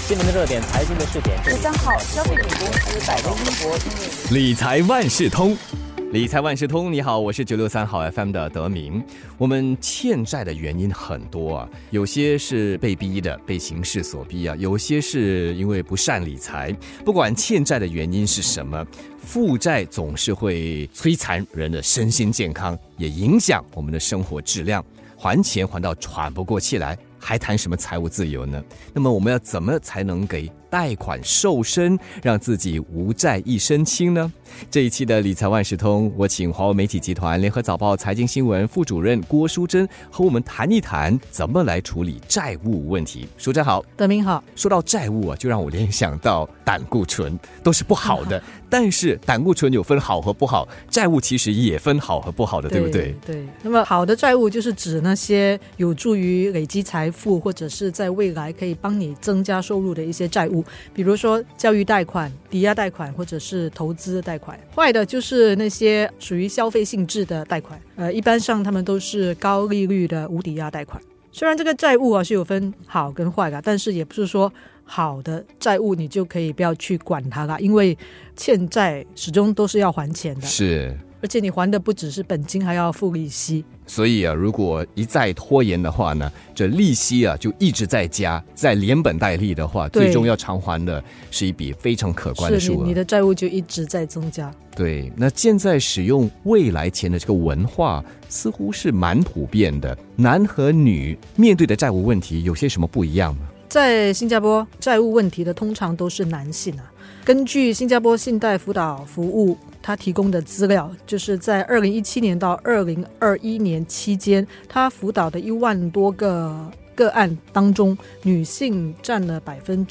新闻的热点，财经的试点。 13号，消费品公司百威英博理财万事通。理财万事通，你好，我是963好 FM 的德明。我们欠债的原因很多啊，有些是被逼的，被形势所逼啊，有些是因为不善理财。不管欠债的原因是什么，负债总是会摧残人的身心健康，也影响我们的生活质量。还钱还到喘不过气来，还谈什么财务自由呢？那么我们要怎么才能给贷款瘦身，让自己无债一身轻呢？这一期的理财万事通，我请华为媒体集团联合早报财经新闻副主任郭淑珍和我们谈一谈怎么来处理债务问题。淑珍好。 德明好。 说到债务啊，就让我联想到胆固醇，都是不好的。但是胆固醇有分好和不好，债务其实也分好和不好的，对不对？ 对。那么好的债务就是指那些有助于累积财富，或者是在未来可以帮你增加收入的一些债务，比如说教育贷款、抵押贷款或者是投资贷款。坏的就是那些属于消费性质的贷款，一般上他们都是高利率的无抵押贷款。虽然这个债务是有分好跟坏的，但是也不是说好的债务你就可以不要去管它啦，因为欠债始终都是要还钱的， 是， 而且你还的不只是本金，还要付利息。 所以如果一再拖延的话呢，这利息就一直在加，再连本带利的话，最终要偿还的是一笔非常可观的数额， 你的债务就一直在增加。 对，那现在使用未来钱的这个文化似乎是蛮普遍的，男和女面对的债务问题有些什么不一样吗？ 在新加坡，债务问题的通常都是男性啊。根据新加坡信贷辅导服务他提供的资料，就是在2017年到2021年期间，他辅导的1万多个个案当中，女性占了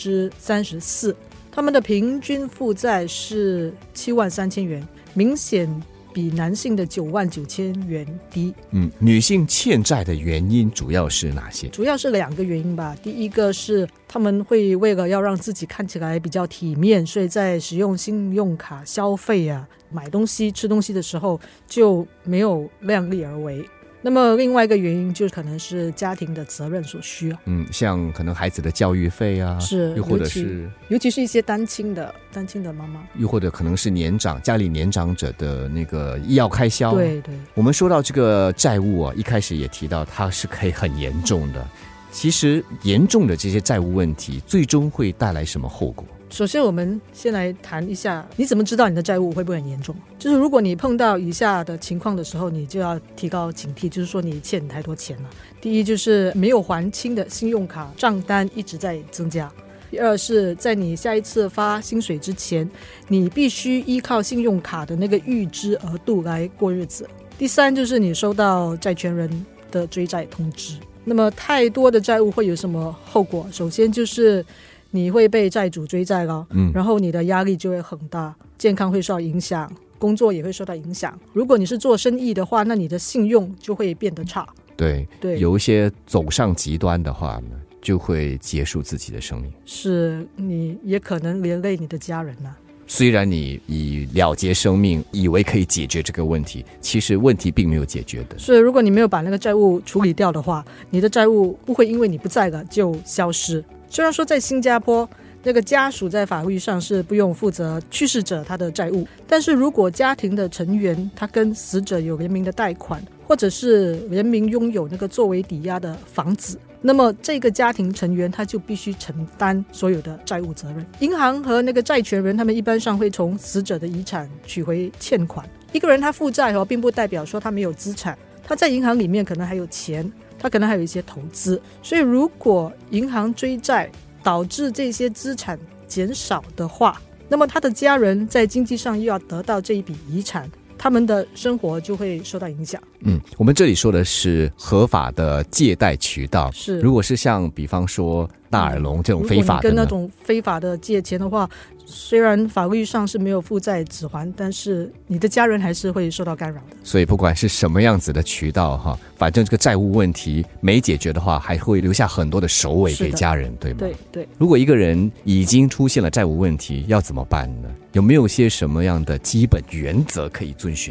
34%，他们的平均负债是73000元，明显比男性的99000元低。 女性欠债的原因主要是哪些？ 主要是2个原因吧。第一个是他们会为了要让自己看起来比较体面，所以在使用信用卡消费买东西吃东西的时候就没有量力而为。那么另外一个原因就可能是家庭的责任所需像可能孩子的教育费是， 又或者是尤其是一些单亲的妈妈， 又或者可能是家里年长者的那个医药开销。 对。 我们说到这个债务一开始也提到它是可以很严重的，其实严重的这些债务问题最终会带来什么后果？ 首先我们先来谈一下，你怎么知道你的债务会不会很严重？就是如果你碰到以下的情况的时候，你就要提高警惕，就是说你欠太多钱了。第一，就是没有还清的信用卡账单一直在增加。第二，是在你下一次发薪水之前，你必须依靠信用卡的那个预支额度来过日子。第三，就是你收到债权人的追债通知。那么太多的债务会有什么后果？首先就是你会被债主追债了，然后你的压力就会很大，健康会受到影响，工作也会受到影响。如果你是做生意的话，那你的信用就会变得差。对， 有一些走上极端的话呢，就会结束自己的生命。 是，你也可能连累你的家人虽然你以了结生命，以为可以解决这个问题，其实问题并没有解决的。 是，如果你没有把那个债务处理掉的话，你的债务不会因为你不在了就消失。虽然说在新加坡那个家属在法律上是不用负责去世者他的债务，但是如果家庭的成员他跟死者有联名的贷款，或者是联名拥有那个作为抵押的房子，那么这个家庭成员他就必须承担所有的债务责任。银行和那个债权人他们一般上会从死者的遗产取回欠款。一个人他负债并不代表说他没有资产，他在银行里面可能还有钱，他可能还有一些投资。所以如果银行追债导致这些资产减少的话，那么他的家人在经济上又要得到这一笔遗产，他们的生活就会受到影响。 我们这里说的是合法的借贷渠道， 是， 如果是像比方说大耳窿这种非法的呢， 如果你跟那种非法的借钱的话，虽然法律上是没有负债指还，但是你的家人还是会受到干扰的。 所以不管是什么样子的渠道反正这个债务问题没解决的话，还会留下很多的首尾给家人，对吗？ 对。 如果一个人已经出现了债务问题，要怎么办呢？有没有些什么样的基本原则可以遵循的？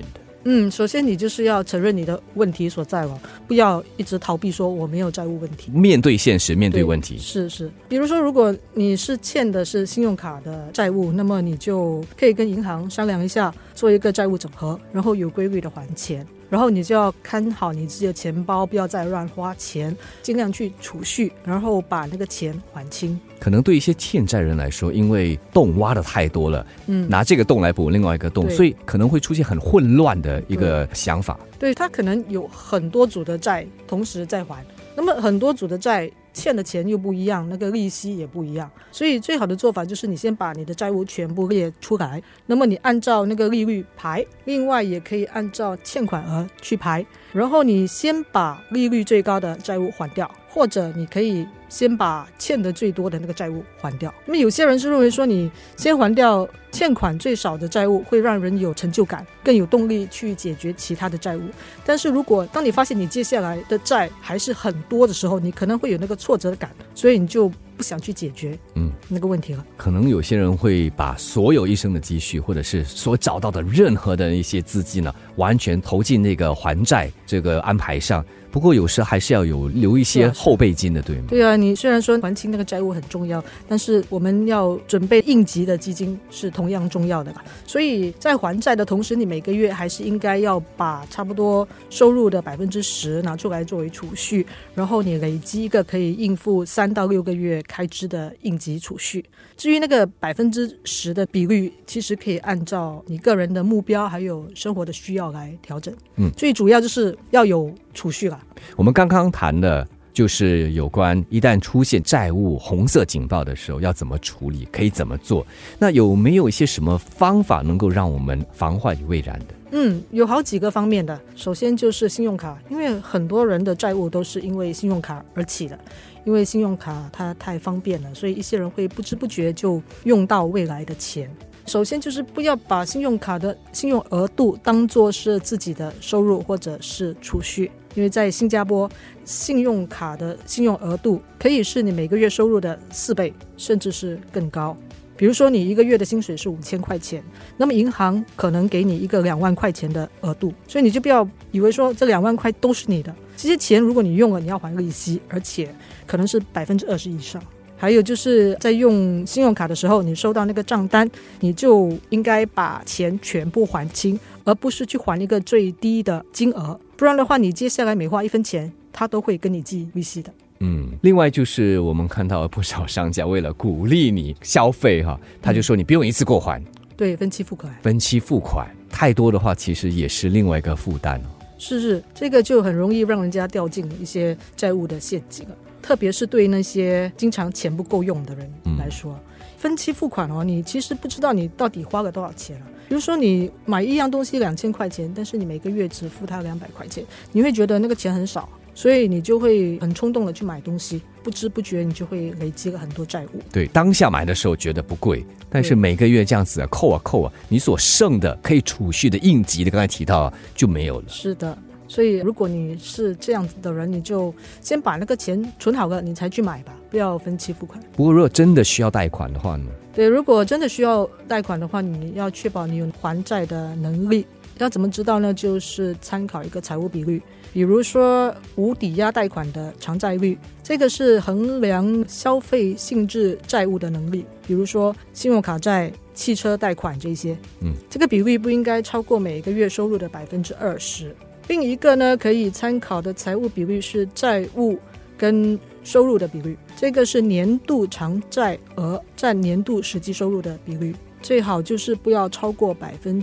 首先你就是要承认你的问题所在了，不要一直逃避说我没有债务问题， 面对现实，面对问题。 是，比如说如果你是欠的是信用卡的债务，那么你就可以跟银行商量一下，做一个债务整合，然后有规律的还钱。然后你就要看好你自己的钱包，不要再乱花钱，尽量去储蓄，然后把那个钱还清。 可能对一些欠债人来说，因为洞挖的太多了，拿这个洞来补另外一个洞，所以可能会出现很混乱的一个想法。 对，他可能有很多组的债同时在还，那么很多组的债欠的钱又不一样，那个利息也不一样，所以最好的做法就是你先把你的债务全部列出来，那么你按照那个利率排，另外也可以按照欠款额去排，然后你先把利率最高的债务还掉，或者你可以先把欠的最多的那个债务还掉。那么有些人是认为说你先还掉欠款最少的债务会让人有成就感，更有动力去解决其他的债务，但是如果当你发现你接下来的债还是很多的时候，你可能会有那个挫折感，所以你就不想去解决那个问题了。 可能有些人会把所有一生的积蓄或者是所找到的任何的一些资金呢，完全投进那个还债这个安排上，不过有时还是要留一些后备金的，对吗？ 对啊，你虽然说还清那个债务很重要，但是我们要准备应急的基金是同样重要的，所以在还债的同时，你每个月还是应该要把差不多收入的10%拿出来作为储蓄，然后你累积一个可以应付3到6个月开支的应急储蓄。至于那个10%的比率，其实可以按照你个人的目标还有生活的需要来调整。最主要就是要有储蓄啦。 我们刚刚谈的就是有关一旦出现债务红色警报的时候要怎么处理，可以怎么做。那有没有一些什么方法能够让我们防患于未然的？ 有好几个方面的。首先就是信用卡，因为很多人的债务都是因为信用卡而起的，因为信用卡它太方便了，所以一些人会不知不觉就用到未来的钱。首先就是不要把信用卡的信用额度当作是自己的收入或者是储蓄，因为在新加坡信用卡的信用额度可以是你每个月收入的4倍甚至是更高。比如说你一个月的薪水是5000块钱，那么银行可能给你一个2万块钱的额度，所以你就不要以为说这2万块都是你的，这些钱如果你用了你要还利息，而且可能是20%以上。还有就是在用信用卡的时候，你收到那个账单，你就应该把钱全部还清，而不是去还一个最低的金额，不然的话你接下来每花1分钱他都会跟你记利息的。 另外就是我们看到不少商家为了鼓励你消费他就说你不用一次过还， 对，分期付款。 分期付款太多的话其实也是另外一个负担是，这个就很容易让人家掉进一些债务的陷阱了，特别是对那些经常钱不够用的人来说。分期付款你其实不知道你到底花了多少钱了。比如说你买一样东西2000块钱，但是你每个月只付他200块钱，你会觉得那个钱很少，所以你就会很冲动的去买东西，不知不觉你就会累积了很多债务。 对，当下买的时候觉得不贵，但是每个月这样子扣啊，你所剩的可以储蓄的应急的刚才提到就没有了。 是的，所以如果你是这样子的人，你就先把那个钱存好了你才去买吧，不要分期付款。 不过如果真的需要贷款的话呢？ 对，如果真的需要贷款的话，你要确保你有还债的能力。要怎么知道呢？就是参考一个财务比率，比如说无抵押贷款的偿债率，这个是衡量消费性质债务的能力，比如说信用卡债、汽车贷款这些。这个比率不应该超过每个月收入的20%。另一个呢，可以参考的财务比率是债务跟收入的比率，这个是年度偿债额占年度实际收入的比率，最好就是不要超过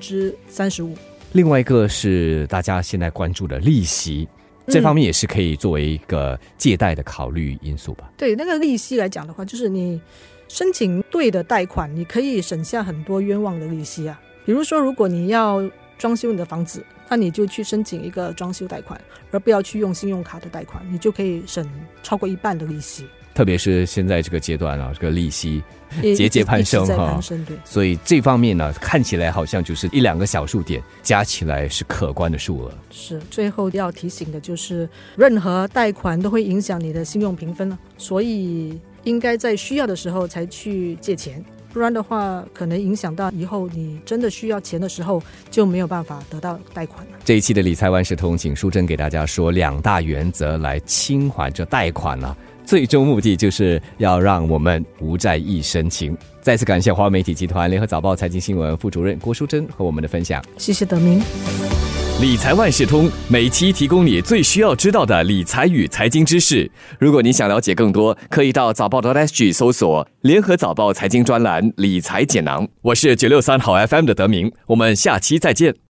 35%。 另外一个是大家现在关注的利息，这方面也是可以作为一个借贷的考虑因素吧。 对，那个利息来讲的话，就是你申请对的贷款，你可以省下很多冤枉的利息啊。比如说如果你要装修你的房子，那你就去申请一个装修贷款，而不要去用信用卡的贷款，你就可以省超过1半的利息。 特别是现在这个阶段这个利息节节攀升对， 所以这方面呢，看起来好像就是1-2个小数点加起来是可观的数额。 是，最后要提醒的就是任何贷款都会影响你的信用评分所以应该在需要的时候才去借钱， 不然的话可能影响到以后你真的需要钱的时候就没有办法得到贷款了。 这一期的理财万事通，请淑珍给大家说2大原则来清还这贷款啊，最终目的就是要让我们无债一身轻。再次感谢华为媒体集团联合早报财经新闻副主任郭淑珍和我们的分享。 谢谢德明。 理财万事通每期提供你最需要知道的理财与财经知识。如果你想了解更多，可以到早报.sg 搜索联合早报财经专栏理财解囊。我是963好 FM 的德明，我们下期再见。